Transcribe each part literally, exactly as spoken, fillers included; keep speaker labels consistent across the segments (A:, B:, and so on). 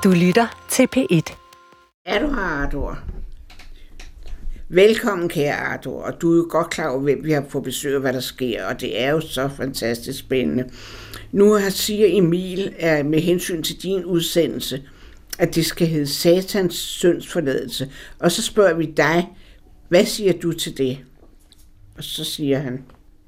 A: Du lytter til P et.
B: Er du her, Arthur? Velkommen, kære Arthur. Og du er jo godt klar over, hvem vi har fået besøg, og hvad der sker, og det er jo så fantastisk spændende. Nu har siger Emil, at med hensyn til din udsendelse, at det skal hedde Satans syndsforladelse. Og så spørger vi dig, hvad siger du til det? Og så siger han,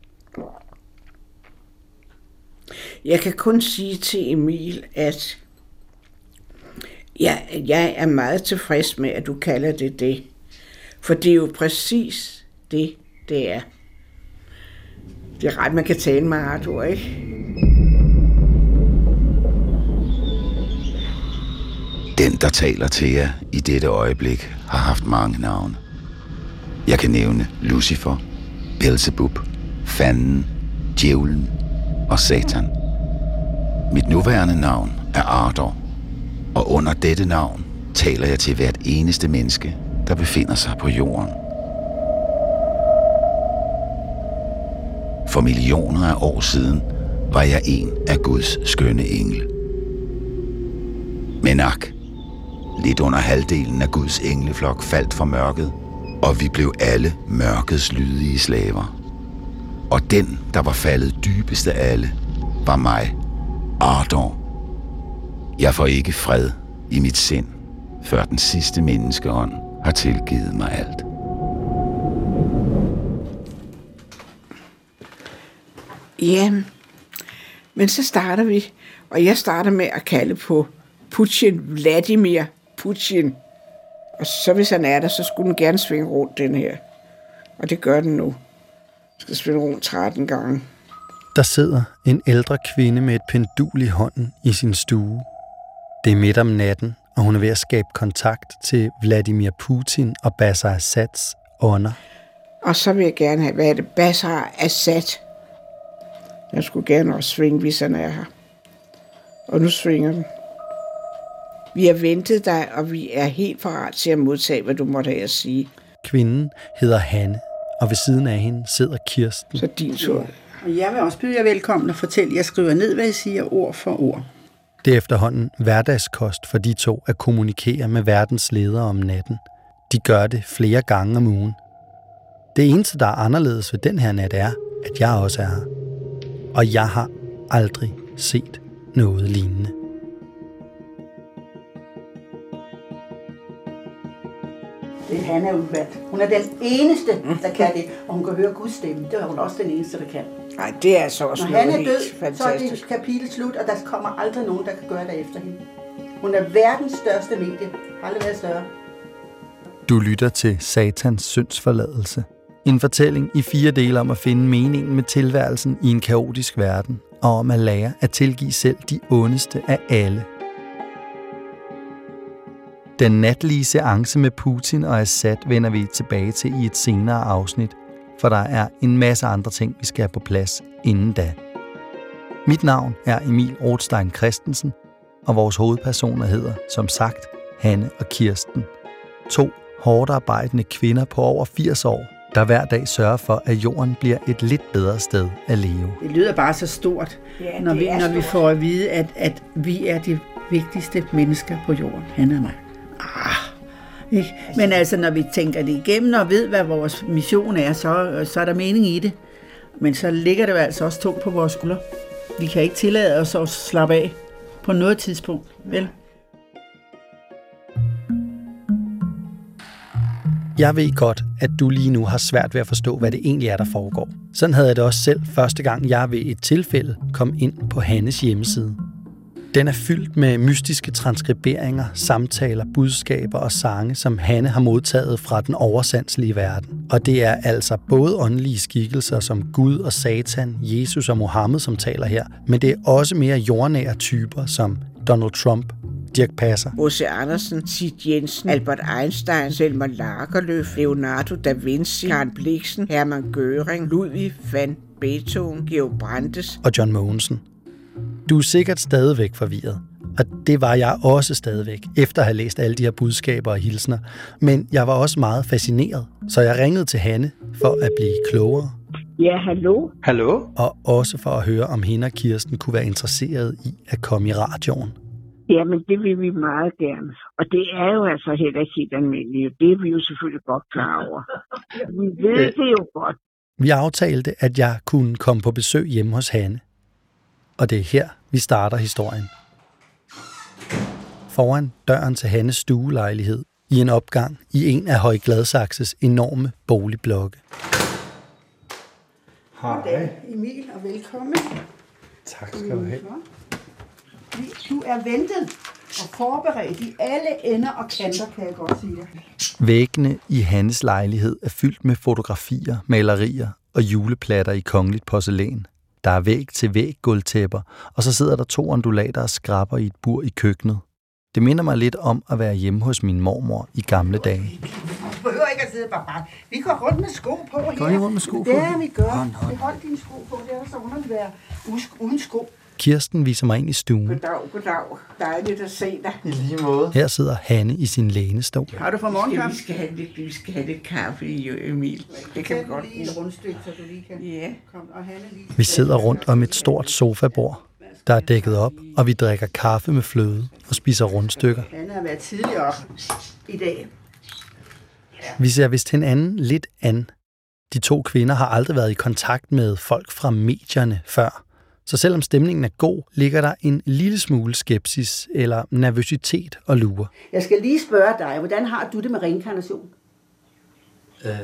B: jeg kan kun sige til Emil, at ja, jeg er meget tilfreds med, at du kalder det det. For det er jo præcis det, det er. Det er ret, man kan tale med Arthur, ikke?
C: Den, der taler til jer i dette øjeblik, har haft mange navne. Jeg kan nævne Lucifer, Belzebub, Fanden, Djævlen og Satan. Mit nuværende navn er Arthur, og under dette navn taler jeg til hvert eneste menneske, der befinder sig på jorden. For millioner af år siden var jeg en af Guds skønne engle. Men ak, lidt under halvdelen af Guds engleflok faldt for mørket, og vi blev alle mørkets lydige slaver. Og den, der var faldet dybest af alle, var mig, Arthur. Jeg får ikke fred i mit sind, før den sidste menneskeånd har tilgivet mig alt.
B: Ja, men så starter vi, og jeg starter med at kalde på Putin, Vladimir Putin. Og så hvis han er der, så skulle den gerne svinge rundt, den her. Og det gør den nu. Den skal svinge rundt tretten gange.
D: Der sidder en ældre kvinde med et pendul i hånden i sin stue. Det er midt om natten, og hun er ved at skabe kontakt til Vladimir Putin og Bashar Assads ånder.
B: Og så vil jeg gerne have, hvad er det? Bashar Assad. Jeg skulle gerne også svinge, hvis han er her. Og nu svinger den. Vi har ventet dig, og vi er helt parat til at modtage, hvad du måtte have at sige.
D: Kvinden hedder Hanne, og ved siden af hende sidder Kirsten.
B: Så din tur.
E: Jeg vil også byde jer velkommen og fortælle, at jeg skriver ned, hvad jeg siger, ord for ord.
D: Det er efterhånden hverdagskost for de to at kommunikere med verdens ledere om natten. De gør det flere gange om ugen. Det eneste, der er anderledes ved den her nat, er, at jeg også er her. Og jeg har aldrig set noget lignende.
E: Det er Hanne udvalgt. Hun er den eneste, der kan det, og hun kan høre Guds stemme. Det er hun også den eneste, der kan.
B: Nej, det er altså også
E: Når
B: noget
E: han er
B: helt
E: død,
B: fantastisk.
E: så er det kapitel slut, og der kommer aldrig nogen, der kan gøre det efter hende. Hun er verdens største medie. Har aldrig været større.
D: Du lytter til Satans syndsforladelse. En fortælling i fire dele om at finde meningen med tilværelsen i en kaotisk verden, og om at lære at tilgive selv de ondeste af alle. Den natlige seance med Putin og Assad vender vi tilbage til i et senere afsnit, for der er en masse andre ting, vi skal have på plads inden da. Mit navn er Emil Rothstein Christensen, og vores hovedpersoner hedder, som sagt, Hanne og Kirsten. To hårdt arbejdende kvinder på over firs år, der hver dag sørger for, at jorden bliver et lidt bedre sted at leve.
E: Det lyder bare så stort,
B: Ja,
E: når,
B: det
E: vi,
B: er
E: når vi
B: stort.
E: får at vide, at, at vi er de vigtigste mennesker på jorden. Han og mig. Ah, ikke? Men altså, når vi tænker det igennem og ved, hvad vores mission er, så, så er der mening i det. Men så ligger det jo altså også tungt på vores skuldre. Vi kan ikke tillade os at slappe af på noget tidspunkt, vel?
D: Jeg ved godt, at du lige nu har svært ved at forstå, hvad det egentlig er, der foregår. Sådan havde jeg det også selv første gang, jeg ved et tilfælde kom ind på Hannes hjemmeside. Den er fyldt med mystiske transkriberinger, samtaler, budskaber og sange, som Hanne har modtaget fra den oversandslige verden. Og det er altså både åndelige skikkelser som Gud og Satan, Jesus og Mohammed, som taler her, men det er også mere jordnære typer som Donald Trump, Dirch Passer,
B: H C Andersen, Sid Jensen, Albert Einstein, Selma Lagerlöf, Leonardo da Vinci, Karen Blixen, Hermann Göring, Ludwig van Beethoven, Georg Brandes
D: og John Mogensen. Du er sikkert stadigvæk forvirret, og det var jeg også stadigvæk, efter at have læst alle de her budskaber og hilsner. Men jeg var også meget fascineret, så jeg ringede til Hanne for at blive klogere.
B: Ja, hallo?
F: Hallo?
D: Og også for at høre, om hende og Kirsten kunne være interesseret i at komme i radioen.
B: Jamen, det vil vi meget gerne. Og det er jo altså heller ikke helt almindeligt. Det er vi jo selvfølgelig godt klar over. Vi ved det jo godt.
D: Vi aftalte, at jeg kunne komme på besøg hjemme hos Hanne. Og det er her, vi starter historien. Foran døren til Hannes stuelejlighed i en opgang i en af Høje Gladsaxes enorme boligblokke.
E: Hej. Emil, og velkommen.
D: Tak skal du have.
E: Du er ventet og forberedt i alle ender og kanter, kan jeg godt sige dig.
D: Væggene i Hannes lejlighed er fyldt med fotografier, malerier og juleplatter i kongeligt porcelæn. Der er væg til væg gulvtæpper, og så sidder der to undulater og skraber i et bur i køkkenet. Det minder mig lidt om at være hjemme hos min mormor i gamle dage.
E: Vi behøver ikke at sidde bare bare. Vi går rundt med sko på her.
D: Går I rundt med sko på?
E: Det er, vi gør. Vi holder dine sko på. Det er så underligt at være uden sko.
D: Kirsten viser mig ind i stuen.
B: Goddag, goddag. Dejligt at se dig.
D: I lige måde. Her sidder Hanne i sin lænestol.
E: Har du for morgenkaffe?
B: Vi skal have lidt, vi skal have lidt kaffe i Emil. Det kan vi godt.
E: Lige et rundstykke, så du lige kan
B: ja.
E: komme. Og Hanne lige...
D: Vi sidder rundt om et stort sofabord, der er dækket op, og vi drikker kaffe med fløde og spiser rundstykker.
E: Hanne har været tidligere op i dag.
D: Vi ser vist hinanden lidt an. De to kvinder har aldrig været i kontakt med folk fra medierne før. Så selvom stemningen er god, ligger der en lille smule skepsis eller nervøsitet og lure.
E: Jeg skal lige spørge dig, hvordan har du det med reinkarnation?
A: Øhm,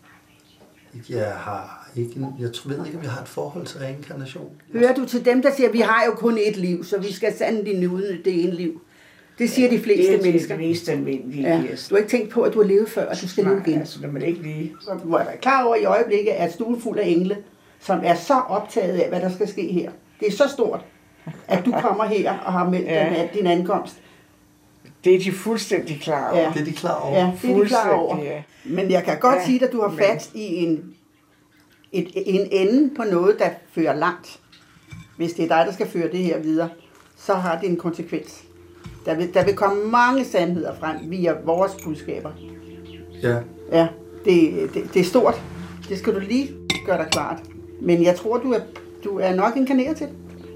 A: jeg har ikke, jeg ved ikke, om jeg har et forhold til reinkarnation.
E: Hører du til dem, der siger, at vi har jo kun et liv, så vi skal sandelig nyde det ene liv? Det siger de fleste
B: det er
E: mennesker.
B: Det mest almindelige.
E: Ja. Du har ikke tænkt på, at du har levet før, og du skal leve igen.
B: Altså, når man ikke lige...
E: Så du er klar over i øjeblikket, at stuen fuld af engle, som er så optaget af, hvad der skal ske her. Det er så stort, at du kommer her og har meldt ja. din ankomst.
B: Det er de fuldstændig klar over.
A: Ja. Det er de klar over.
E: Ja, det er de klar over.
B: Ja.
E: Men jeg kan godt ja. sige, at du har fat i en, et, en ende på noget, der fører langt. Hvis det er dig, der skal føre det her videre, så har det en konsekvens. Der vil, der vil komme mange sandheder frem via vores budskaber.
A: Ja.
E: Ja, det, det, det er stort. Det skal du lige gøre dig klart. Men jeg tror, du er, du er nok inkarneret til det.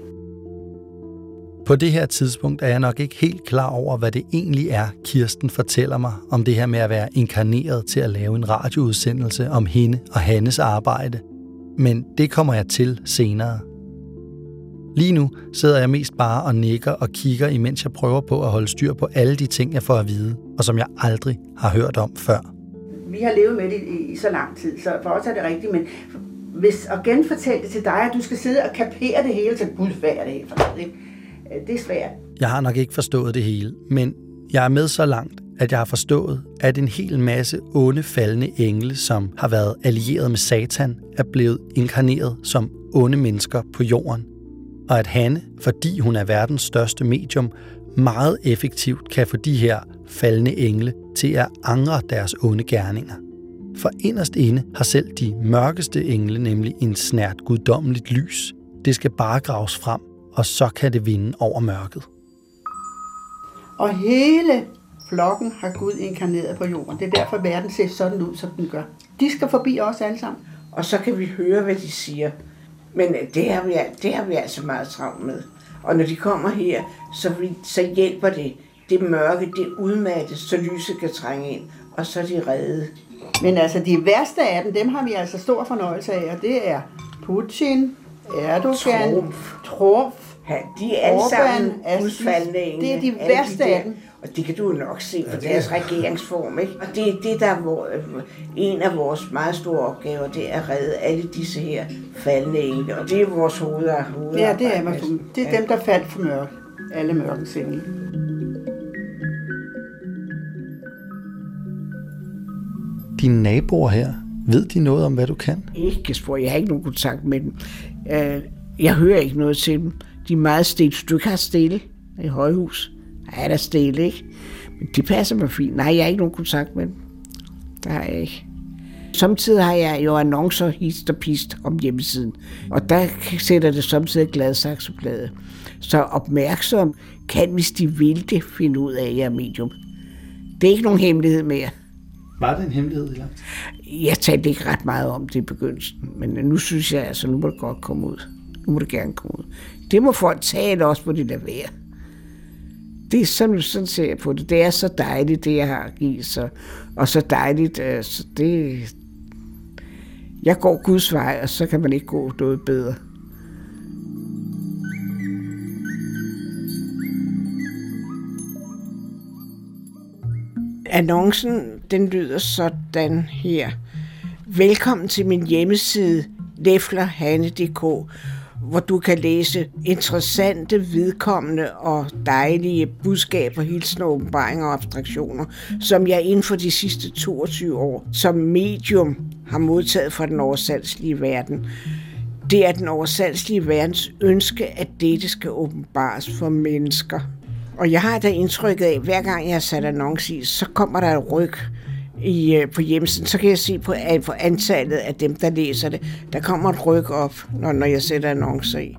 D: På det her tidspunkt er jeg nok ikke helt klar over, hvad det egentlig er, Kirsten fortæller mig om det her med at være inkarneret til at lave en radioudsendelse om hende og Hannes arbejde. Men det kommer jeg til senere. Lige nu sidder jeg mest bare og nikker og kigger, imens jeg prøver på at holde styr på alle de ting, jeg får at vide, og som jeg aldrig har hørt om før.
E: Vi har levet med det i, i så lang tid, så for os er det rigtigt, men hvis at genfortælle det til dig, at du skal sidde og kapere det hele, så gud, hvad er det her for noget, ikke? Det er svært.
D: Jeg har nok ikke forstået det hele, men jeg er med så langt, at jeg har forstået, at en hel masse onde faldende engle, som har været allieret med Satan, er blevet inkarneret som onde mennesker på jorden. Og at Hanne, fordi hun er verdens største medium, meget effektivt kan få de her faldende engle til at angre deres onde gerninger. For inderst inde har selv de mørkeste engle nemlig en snert guddommeligt lys. Det skal bare graves frem, og så kan det vinde over mørket.
E: Og hele flokken har Gud inkarneret på jorden. Det er derfor, verden ser sådan ud, som den gør. De skal forbi os alle sammen.
B: Og så kan vi høre, hvad de siger. Men det har vi, det har vi altså meget travlt med. Og når de kommer her, så, vi, så hjælper det. Det mørke, det udmattes, så lyset kan trænge ind. Og så er de redde.
E: Men altså, de værste af dem, dem har vi altså stor fornøjelse af. Og det er Putin, Erdogan, Trump. Trump
B: Ja, de er alle sammen gudsfaldende engle.
E: Det er de værste de af dem.
B: Og det kan du jo nok se på ja, deres regeringsform, ikke? Og det er det, der er en af vores meget store opgaver, det er at redde alle disse her faldende engle. Og det er vores hoveder.
E: Ja, det er, det er ja. dem, der faldt for mørke. Alle mørkens engle.
D: Dine naboer her, ved de noget om, hvad du kan?
B: Ikke, spor. Jeg har ikke nogen kontakt med dem. Jeg hører ikke noget til dem. De er meget stille. Du kan have stille i højhus. Ja, der er stille, ikke? Men de passer mig fint. Nej, jeg har ikke nogen kontakt med dem. Der har jeg ikke. Samtidig har jeg jo annoncer hist og pist om hjemmesiden. Og der sætter det samtidig Gladsaxe-bladet. Så opmærksom kan, hvis de vil det, finde ud af, at jeg er medium. Det er ikke nogen hemmelighed mere.
A: Var det en hemmelighed, eller?
B: Jeg talte ikke ret meget om det i begyndelsen, men nu synes jeg, altså, nu må det godt komme ud. Nu må det gerne komme ud. Det må folk tale også, hvor de lader være. Det er sådan, sådan ser jeg på det. Det er så dejligt, det jeg har givet, så, og så dejligt, så det... Jeg går Guds vej, og så kan man ikke gå noget bedre. Annoncen, den lyder sådan her. Velkommen til min hjemmeside, leflerhanne punktum d k, hvor du kan læse interessante, vedkommende og dejlige budskaber, hilsener, åbenbaringer og abstraktioner, som jeg inden for de sidste toogtyve år som medium har modtaget fra den oversalgslige verden. Det er den oversalgslige verdens ønske, at dette skal åbenbares for mennesker. Og jeg har da indtrykket af, at hver gang jeg har sat annonce i, så kommer der et ryg i, på hjemmesiden. Så kan jeg se på, på antallet af dem, der læser det. Der kommer et ryg op, når, når jeg sætter annoncer i.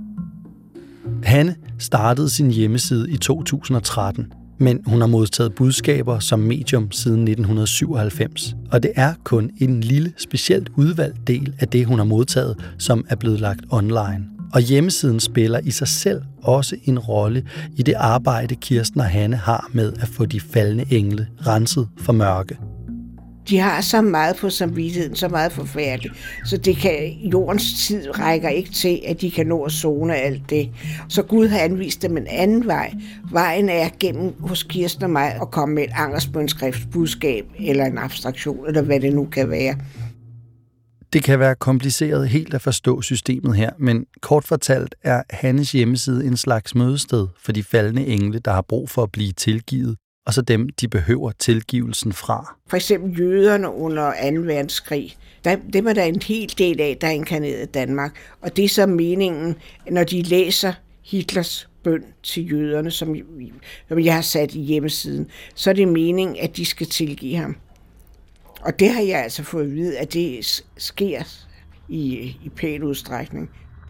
D: Hanne startede sin hjemmeside i to tusind og tretten, men hun har modtaget budskaber som medium siden nitten syvoghalvfems. Og det er kun en lille, specielt udvalgt del af det, hun har modtaget, som er blevet lagt online. Og hjemmesiden spiller i sig selv også en rolle i det arbejde, Kirsten og Hanne har med at få de faldne engle renset for mørke.
B: De har så meget på samvittigheden, så meget forfærdeligt, så det kan, jordens tid rækker ikke til, at de kan nå at zone alt det. Så Gud har anvist dem en anden vej. Vejen er gennem hos Kirsten og mig at komme med et angersbønskriftsbudskab eller en abstraktion, eller hvad det nu kan være.
D: Det kan være kompliceret helt at forstå systemet her, men kort fortalt er Hannes hjemmeside en slags mødested for de faldne engle, der har brug for at blive tilgivet, og så dem, de behøver tilgivelsen fra.
B: For eksempel jøderne under anden verdenskrig. Der, dem er der en hel del af, der er inkarneret i Danmark. Og det er så meningen, når de læser Hitlers bøn til jøderne, som, som jeg har sat i hjemmesiden, så er det meningen, at de skal tilgive ham. Og det har jeg altså fået at vide, at det sker i, i pæn udstrækning.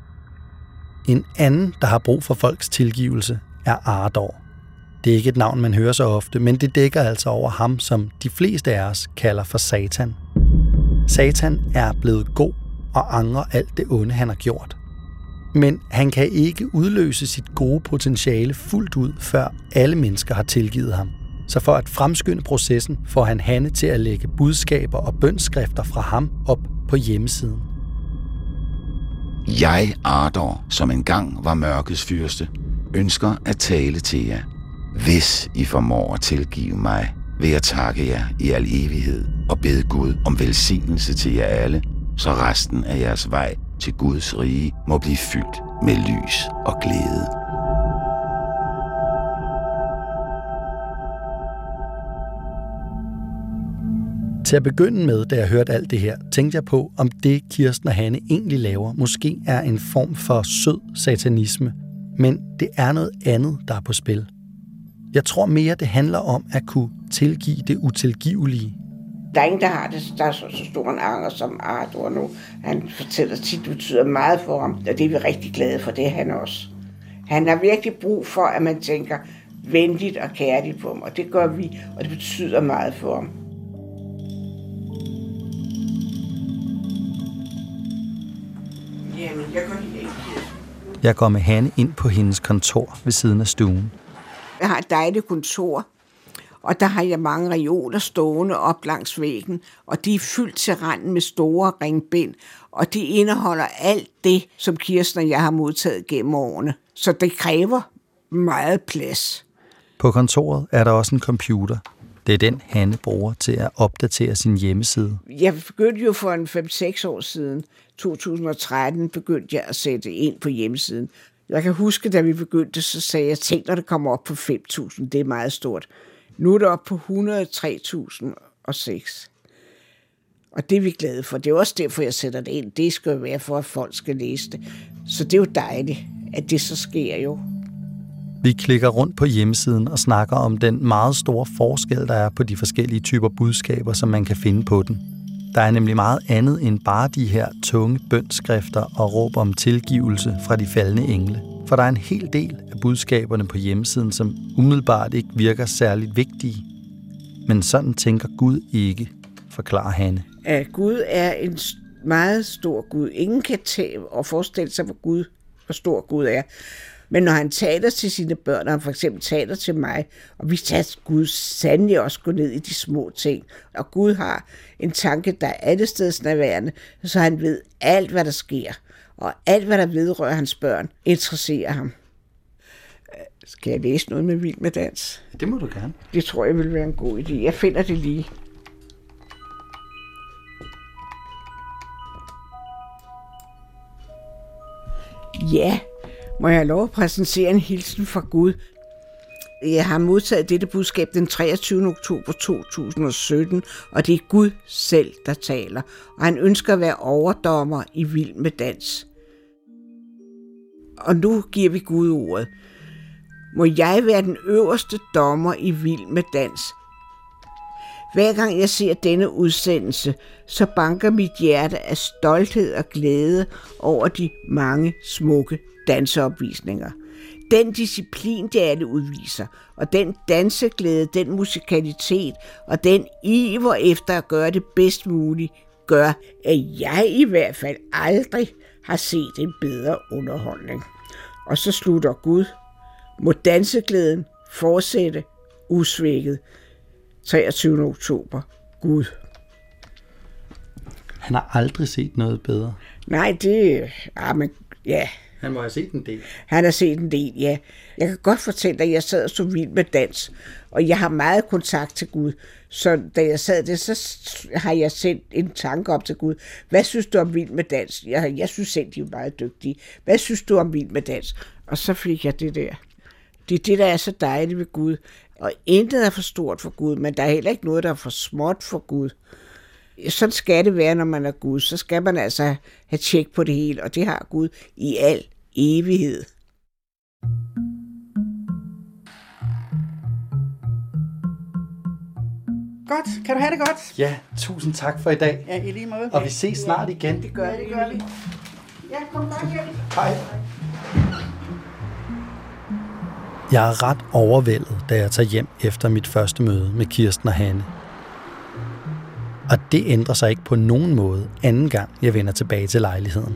D: En anden, der har brug for folks tilgivelse, er Ardor. Det er ikke et navn, man hører så ofte, men det dækker altså over ham, som de fleste af os kalder for Satan. Satan er blevet god og angrer alt det onde, han har gjort. Men han kan ikke udløse sit gode potentiale fuldt ud, før alle mennesker har tilgivet ham. Så for at fremskynde processen, får han Hanne til at lægge budskaber og bønskrifter fra ham op på hjemmesiden.
C: Jeg, Ardor, som engang var mørkets fyrste, ønsker at tale til jer. Hvis I formår at tilgive mig, vil jeg takke jer i al evighed og bede Gud om velsignelse til jer alle, så resten af jeres vej til Guds rige må blive fyldt med lys og glæde.
D: Til at begynde med, da jeg hørte alt det her, tænkte jeg på, om det, Kirsten og Hanne egentlig laver, måske er en form for sød satanisme. Men det er noget andet, der er på spil. Jeg tror mere, det handler om at kunne tilgive det utilgivelige.
B: Der er ingen, der har det, der er så, så stor en anger som Ardor nu. Han fortæller tit, det betyder meget for ham, og det er vi rigtig glade for, det er han også. Han har virkelig brug for, at man tænker venligt og kærligt på ham, og det gør vi, og det betyder meget for ham. Jamen, jeg går lige ind.
D: Jeg går med Hanne ind på hendes kontor ved siden af stuen.
B: Jeg har et dejligt kontor, og der har jeg mange reoler stående op langs væggen, og de er fyldt til randen med store ringbind, og de indeholder alt det, som Kirsten og jeg har modtaget gennem årene. Så det kræver meget plads.
D: På kontoret er der også en computer. Det er den, Hanne bruger til at opdatere sin hjemmeside.
B: Jeg begyndte jo for en fem seks år siden, to tusind og tretten, begyndte jeg at sætte ind på hjemmesiden. Jeg kan huske, da vi begyndte, så sagde jeg, tænk, når det kommer op på fem tusind, det er meget stort. Nu er det op på et hundrede og tre tusind og seks. Og det er vi glade for. Det er også derfor, jeg sætter det ind. Det skal jo være for, at folk skal læse det. Så det er jo dejligt, at det så sker jo.
D: Vi klikker rundt på hjemmesiden og snakker om den meget store forskel, der er på de forskellige typer budskaber, som man kan finde på den. Der er nemlig meget andet end bare de her tunge bønskrifter og råb om tilgivelse fra de faldne engle. For der er en hel del af budskaberne på hjemmesiden, som umiddelbart ikke virker særligt vigtige. Men sådan tænker Gud ikke, forklarer Hanne.
B: At Gud er en meget stor Gud. Ingen kan tage og forestille sig, hvor, Gud, hvor stor Gud er. Men når han taler til sine børn, og han for eksempel taler til mig, og vi tager Gud sandelig også gå ned i de små ting, og Gud har en tanke, der er allestedsnærværende, så han ved alt, hvad der sker, og alt, hvad der vedrører hans børn, interesserer ham. Skal jeg læse noget med Vild med Dans?
A: Det må du gerne.
B: Det tror jeg vil være en god idé. Jeg finder det lige. Ja, må jeg have lov at præsentere en hilsen fra Gud. Jeg har modtaget dette budskab den treogtyvende oktober to tusind og sytten, og det er Gud selv, der taler, og han ønsker at være overdommer i Vild med Dans. Og nu giver vi Gud ordet. Må jeg være den øverste dommer i Vild med Dans. Hver gang jeg ser denne udsendelse, så banker mit hjerte af stolthed og glæde over de mange smukke danseopvisninger. Den disciplin, det alle udviser, og den danseglæde, den musikalitet og den iver efter at gøre det bedst muligt, gør, at jeg i hvert fald aldrig har set en bedre underholdning. Og så slutter Gud. Må danseglæden fortsætte usvækket. treogtyvende oktober. Gud.
D: Han har aldrig set noget bedre.
B: Nej, det... Ah, men, ja.
A: Han må have set en del.
B: Han har set en del, ja. Jeg kan godt fortælle dig, at jeg sad og så Vild med Dans, og jeg har meget kontakt til Gud. Så da jeg sad det, så har jeg sendt en tanke op til Gud. Hvad synes du om Vild med Dans? Jeg, jeg synes selv, de er meget dygtige. Hvad synes du om Vild med Dans? Og så fik jeg det der. Det er det, der er så dejligt ved Gud. Og intet er for stort for Gud, men der er heller ikke noget, der er for småt for Gud. Sådan skal det være, når man er Gud. Så skal man altså have tjek på det hele, og det har Gud i al evighed.
E: Godt. Kan du have det godt?
A: Ja, tusind tak for i dag.
E: Ja, i lige måde.
A: Og vi ses snart igen.
B: Det gør,
E: Ja, det gør vi. Ja, kom bare hjem.
A: Hej.
D: Jeg er ret overvældet, da jeg tager hjem efter mit første møde med Kirsten og Hanne. Og det ændrer sig ikke på nogen måde anden gang, jeg vender tilbage til lejligheden.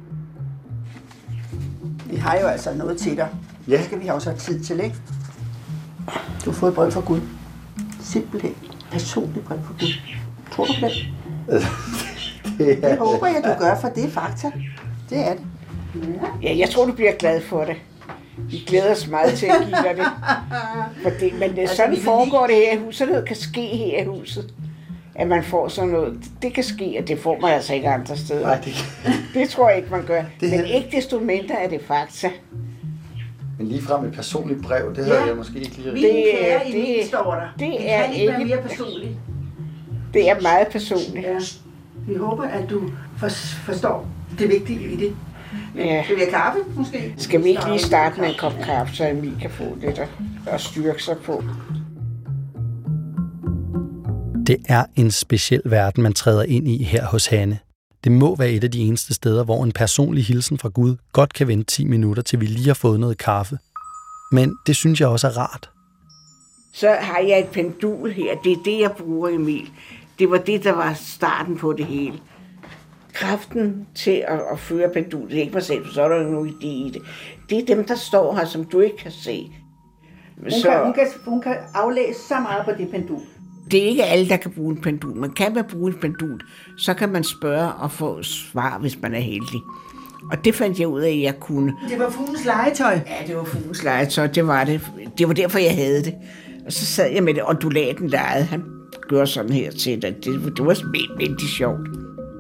E: Vi har jo altså noget til dig.
A: Ja.
E: Det skal vi også have tid til, ikke? Du har fået et brev fra Gud. Simpelthen. Personligt brev fra Gud. Tror du på det?
A: det,
E: Det håber jeg, du gør, for det er fakta. Det er det. Ja.
B: Ja, jeg tror, du bliver glad for det. Vi glæder os meget til at give dig det. For det men det,
E: Altså,
B: sådan
E: vi kan
B: foregår det her i huset. Sådan noget kan ske her i huset. At man får sådan noget. Det kan ske, og det får man altså ikke andre steder.
A: Nej, det
B: Det tror jeg ikke, man gør.
A: Det
B: Men
A: her-
B: ikke desto mindre er det fakta.
A: Men ligefrem et personligt brev, det havde
E: Ja.
A: jeg måske ikke lige
E: Min
A: rigtig.
B: Det-
E: kære
B: det-
E: Emil, står der.
B: det
E: Det
B: er
E: kan ikke være
B: ikke-
E: mere personligt.
B: Det er meget personligt.
E: Ja. Vi håber, at du forstår det vigtige i det.
B: Ja.
E: Skal vi have kaffe, måske?
B: Skal vi ikke lige starte med en kop kaffe, så Emil kan få lidt at, at styrke sig på?
D: Det er en speciel verden, man træder ind i her hos Hanne. Det må være et af de eneste steder, hvor en personlig hilsen fra Gud godt kan vente ti minutter, til vi lige har fået noget kaffe. Men det synes jeg også er rart.
B: Så har jeg et pendul her. Det er det, jeg bruger, Emil. Det var det, der var starten på det hele. Kraften til at, at føre pendulet, det er ikke mig selv, for så er der jo nogen idé i det. Det er dem, der står her, som du ikke kan se.
E: Hun, så... kan, hun, kan, hun kan aflæse så meget på det pendul.
B: Det er ikke alle, der kan bruge en pendul. Man kan man bruge en pendul, så kan man spørge og få svar, hvis man er heldig. Og det fandt jeg ud af, at jeg kunne.
E: Det var fuglens legetøj.
B: Ja, det var fuglens legetøj, det var det. Det var derfor, jeg havde det. Og så sad jeg med det, ondulaten legede. Han gjorde sådan her til det. Det, det var vældig sjovt.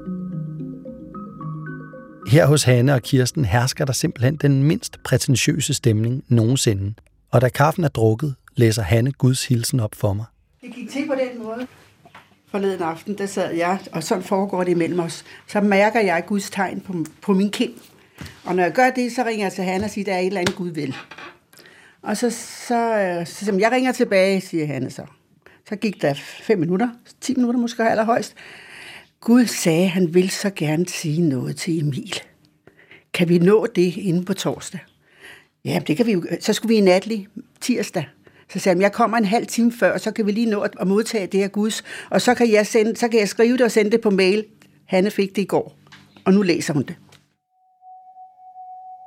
D: Her hos Hanne og Kirsten hersker der simpelthen den mindst prætentiøse stemning nogensinde. Og da kaffen er drukket, læser Hanne Guds hilsen op for mig.
E: Det gik til på den måde. Forleden aften, der sad jeg, og sådan foregår det imellem os. Så mærker jeg Guds tegn på, på min kind. Og når jeg gør det, så ringer jeg til Hanne og siger, at der er et eller andet Gud vil. Og så, så, så, så jeg ringer tilbage, siger Hanne så. Så gik der fem minutter, ti minutter måske allerhøjst. Gud sagde, at han vil så gerne sige noget til Emil. Kan vi nå det inde på torsdag? Ja, det kan vi jo. Så skulle vi i natlig tirsdag. Så sagde han, jeg kommer en halv time før, og så kan vi lige nå at modtage det her Guds. Og så kan jeg, sende, så kan jeg skrive det og sende det på mail. Hanne fik det i går, og nu læser hun det.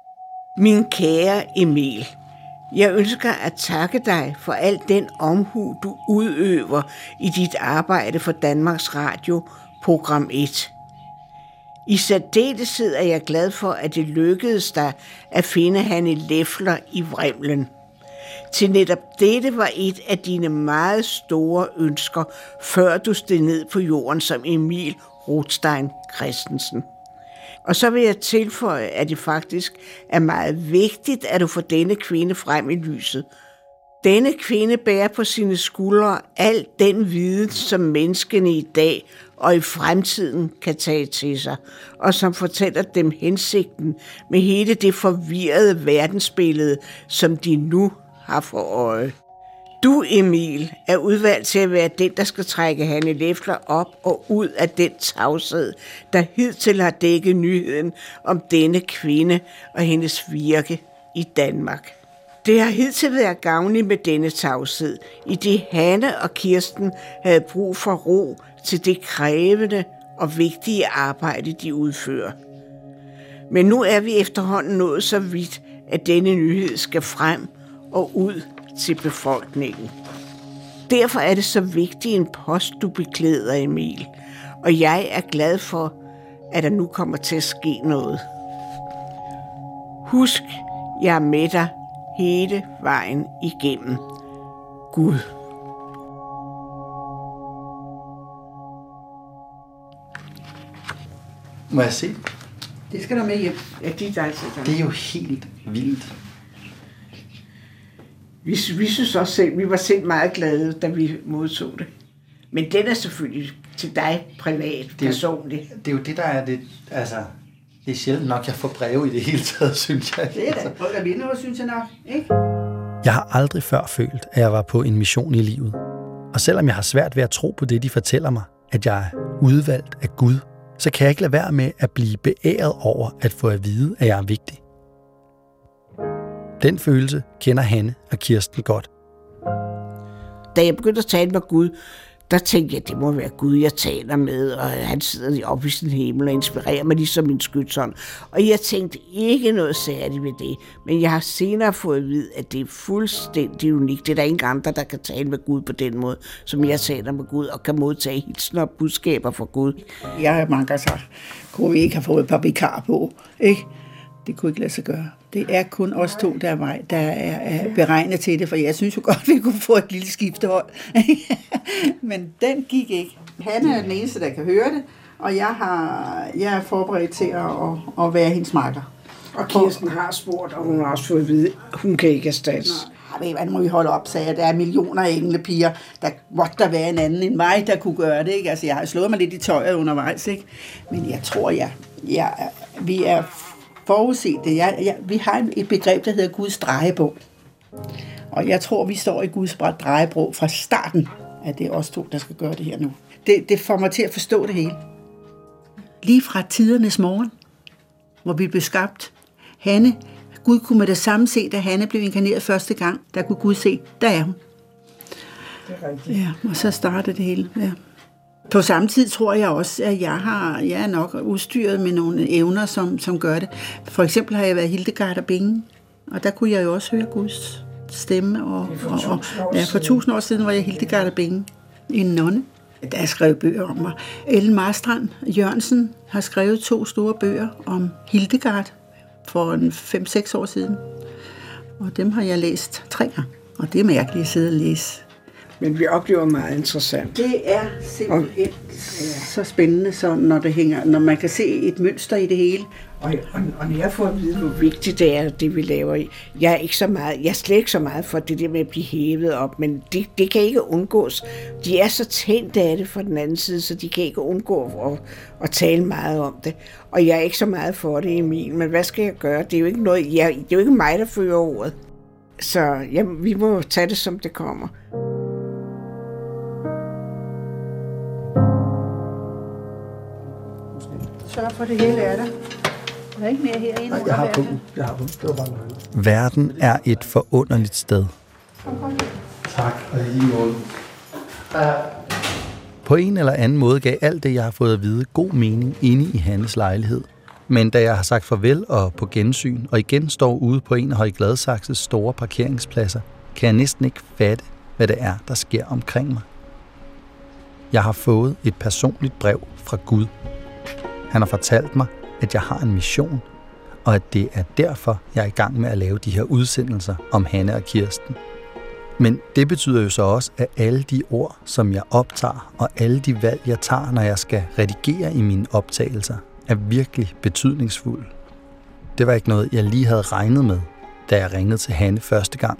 B: Min kære Emil, jeg ønsker at takke dig for al den omhu, du udøver i dit arbejde for Danmarks Radio, program et. I særdeleshed er jeg glad for, at det lykkedes dig at finde Hanne Leffler i Vrimlen. Til netop dette var et af dine meget store ønsker, før du steg ned på jorden som Emil Rothstein Christensen. Og så vil jeg tilføje, at det faktisk er meget vigtigt, at du får denne kvinde frem i lyset. Denne kvinde bærer på sine skuldre al den viden, som menneskene i dag og i fremtiden kan tage til sig, og som fortæller dem hensigten med hele det forvirrede verdensbillede, som de nu har for øje. Du, Emil, er udvalgt til at være den, der skal trække Hanne Leffler op og ud af den tavshed, der hidtil har dækket nyheden om denne kvinde og hendes virke i Danmark. Det har hidtil været gavnligt med denne tavshed, i det Hanne og Kirsten havde brug for ro til det krævende og vigtige arbejde, de udfører. Men nu er vi efterhånden nået så vidt, at denne nyhed skal frem og ud til befolkningen. Derfor er det så vigtig en post, du beklæder, Emil. Og jeg er glad for, at der nu kommer til at ske noget. Husk, jeg er med dig hele vejen igennem. Gud.
A: Må jeg se?
E: Det skal du med hjem.
B: Ja, det er dig til.
A: Det er jo helt vildt.
B: Vi, vi synes også selv, vi var selv meget glade, da vi modtog det. Men den er selvfølgelig til dig privat,
A: det er,
B: personligt.
A: Det er jo det, der er det, altså, det er sjældent nok, jeg får breve i det hele taget, synes jeg.
E: Det er da, prøv at vinde, synes jeg nok, ikke?
D: Jeg har aldrig før følt, at jeg var på en mission i livet. Og selvom jeg har svært ved at tro på det, de fortæller mig, at jeg er udvalgt af Gud, så kan jeg ikke lade være med at blive beæret over at få at vide, at jeg er vigtig. Den følelse kender Hanne og Kirsten godt.
B: Da jeg begyndte at tale med Gud, der tænkte jeg, at det må være Gud, jeg taler med, og han sidder oppe i sin himmel og inspirerer mig ligesom min skytsånd. Og jeg tænkte ikke noget særligt ved det, men jeg har senere fået at vide, at det er fuldstændig unikt. Det er der ingen andre, der kan tale med Gud på den måde, som jeg taler med Gud, og kan modtage hilsener og budskaber fra Gud.
E: Jeg har mange gange sagt, kunne vi ikke have fået et par vikar på, ikke? Det kunne ikke lade sig gøre. Det er kun os to, der er, vej, der er beregnet til det, for jeg synes jo godt, vi kunne få et lille skiftehold. Men den gik ikke. Han er den eneste, der kan høre det, og jeg, har, jeg er forberedt til at, at, at være hendes makker.
B: Og Kirsten har spurgt, og hun har også fået at vide, at hun kan ikke erstattes.
E: Hvad må vi holde op, sagde jeg. Der er millioner af englepiger. Der måtte der være en anden end mig, der kunne gøre det. Ikke? Altså, jeg har slået mig lidt i tøjet undervejs, ikke? Men jeg tror, jeg, jeg, vi er forudset det. Jeg, jeg, vi har et begreb, der hedder Guds drejebog. Og jeg tror, vi står i Guds drejebog fra starten, at det er os to, der skal gøre det her nu. Det, det får mig til at forstå det hele. Lige fra tidernes morgen, hvor vi blev skabt. Hanne, Gud kunne med det samme se, da Hanne blev inkarneret første gang. Der kunne Gud se, der er hun.
B: Det er rigtigt.
E: Ja, og så startede det hele. Ja. På samme tid tror jeg også, at jeg, har, jeg er nok udstyret med nogle evner, som, som gør det. For eksempel har jeg været Hildegard af Bingen, og der kunne jeg jo også høre Guds stemme. Og, og, og, ja, for tusind år siden var jeg Hildegard af Bingen, en nonne. Der er skrevet bøger om mig. Ellen Marstrand Jørgensen har skrevet to store bøger om Hildegard for en fem seks år siden. Og dem har jeg læst tre gange, og det er mærkeligt at sidde og læse.
B: Men vi oplever meget interessant.
E: Det er simpelthen og, så spændende, så når, det hænger, når man kan se et mønster i det hele.
B: Og, og, og når jeg får at vide, hvor vigtigt det er, det vi laver i. Jeg er, ikke så meget, jeg er slet ikke så meget for det der med at blive hævet op, men det, det kan ikke undgås. De er så tændte af det fra den anden side, så de kan ikke undgå at, at tale meget om det. Og jeg er ikke så meget for det, Emil, men hvad skal jeg gøre? Det er jo ikke, noget, jeg, det er jo ikke mig, der fører ordet. Så ja, vi må tage det, som det kommer.
E: Sørg for, det hele er der. Der er ikke mere herinde.
A: Nej, jeg har punkten. Jeg har punkten. Det var bare noget.
D: Verden er et forunderligt sted.
A: Tak, og lige måde.
D: På en eller anden måde gav alt det, jeg har fået at vide, god mening inde i Hannes lejlighed. Men da jeg har sagt farvel og på gensyn, og igen står ude på en af Høje Gladsaxes store parkeringspladser, kan jeg næsten ikke fatte, hvad det er, der sker omkring mig. Jeg har fået et personligt brev fra Gud. Han har fortalt mig, at jeg har en mission, og at det er derfor, jeg er i gang med at lave de her udsendelser om Hanne og Kirsten. Men det betyder jo så også, at alle de ord, som jeg optager, og alle de valg, jeg tager, når jeg skal redigere i mine optagelser, er virkelig betydningsfulde. Det var ikke noget, jeg lige havde regnet med, da jeg ringede til Hanne første gang.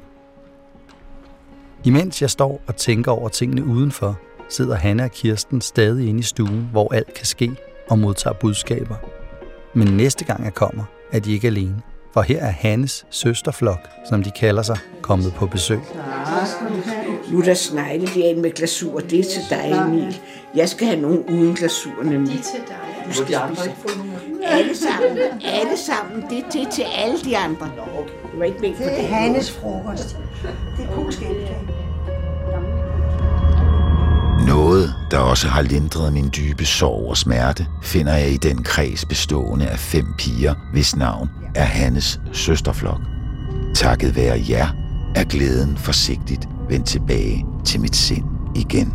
D: Imens jeg står og tænker over tingene udenfor, sidder Hanne og Kirsten stadig inde i stuen, hvor alt kan ske, og modtager budskaber. Men næste gang jeg kommer, er de ikke alene. For her er Hannes søsterflok, som de kalder sig, kommet på besøg.
B: Nu er der snegle derinde med glasur. Det er til dig, Emil. Jeg skal have nogen uden glasur, nemlig.
F: Det er til dig.
B: Du skal spise. Alle sammen. Alle sammen. Det er til, til alle de andre. Det var ikke ment for det.
G: Det er Hannes frokost. Det er polsk ældekage.
C: Noget, der også har lindret min dybe sorg og smerte, finder jeg i den kreds bestående af fem piger, hvis navn er Hannes søsterflok. Takket være jer er glæden forsigtigt vendt tilbage til mit sind igen.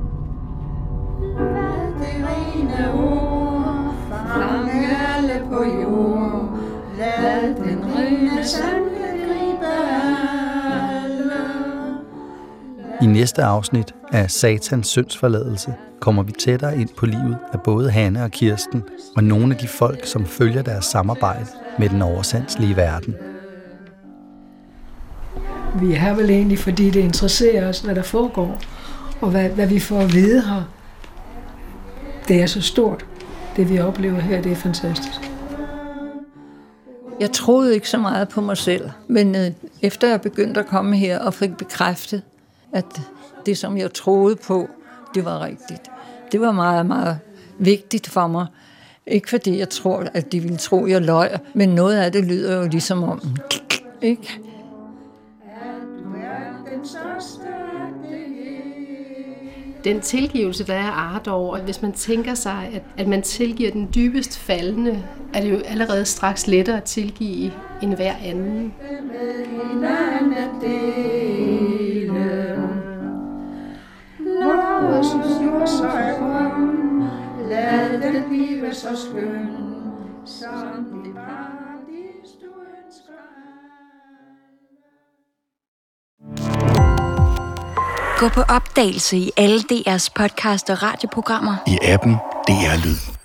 D: I næste afsnit af Satans syndsforladelse kommer vi tættere ind på livet af både Hanne og Kirsten og nogle af de folk, som følger deres samarbejde med den oversandslige verden.
F: Vi er her vel egentlig, fordi det interesserer os, hvad der foregår, og hvad, hvad vi får at vide her. Det er så stort. Det vi oplever her, det er fantastisk.
H: Jeg troede ikke så meget på mig selv, men øh, efter jeg begyndte at komme her og fik bekræftet, at det, som jeg troede på, det var rigtigt. Det var meget, meget vigtigt for mig. Ikke fordi jeg tror, at de ville tro, at jeg løj, men noget af det lyder jo ligesom om, ikke?
I: Den tilgivelse, der er art over, hvis man tænker sig, at, at man tilgiver den dybest faldende, er det jo allerede straks lettere at tilgive end hver anden. Lad den blive så skøn, som det paradis, du ønsker.
J: Gå på opdagelse i alle D R's podcast og radioprogrammer.
K: I appen D R Lyd.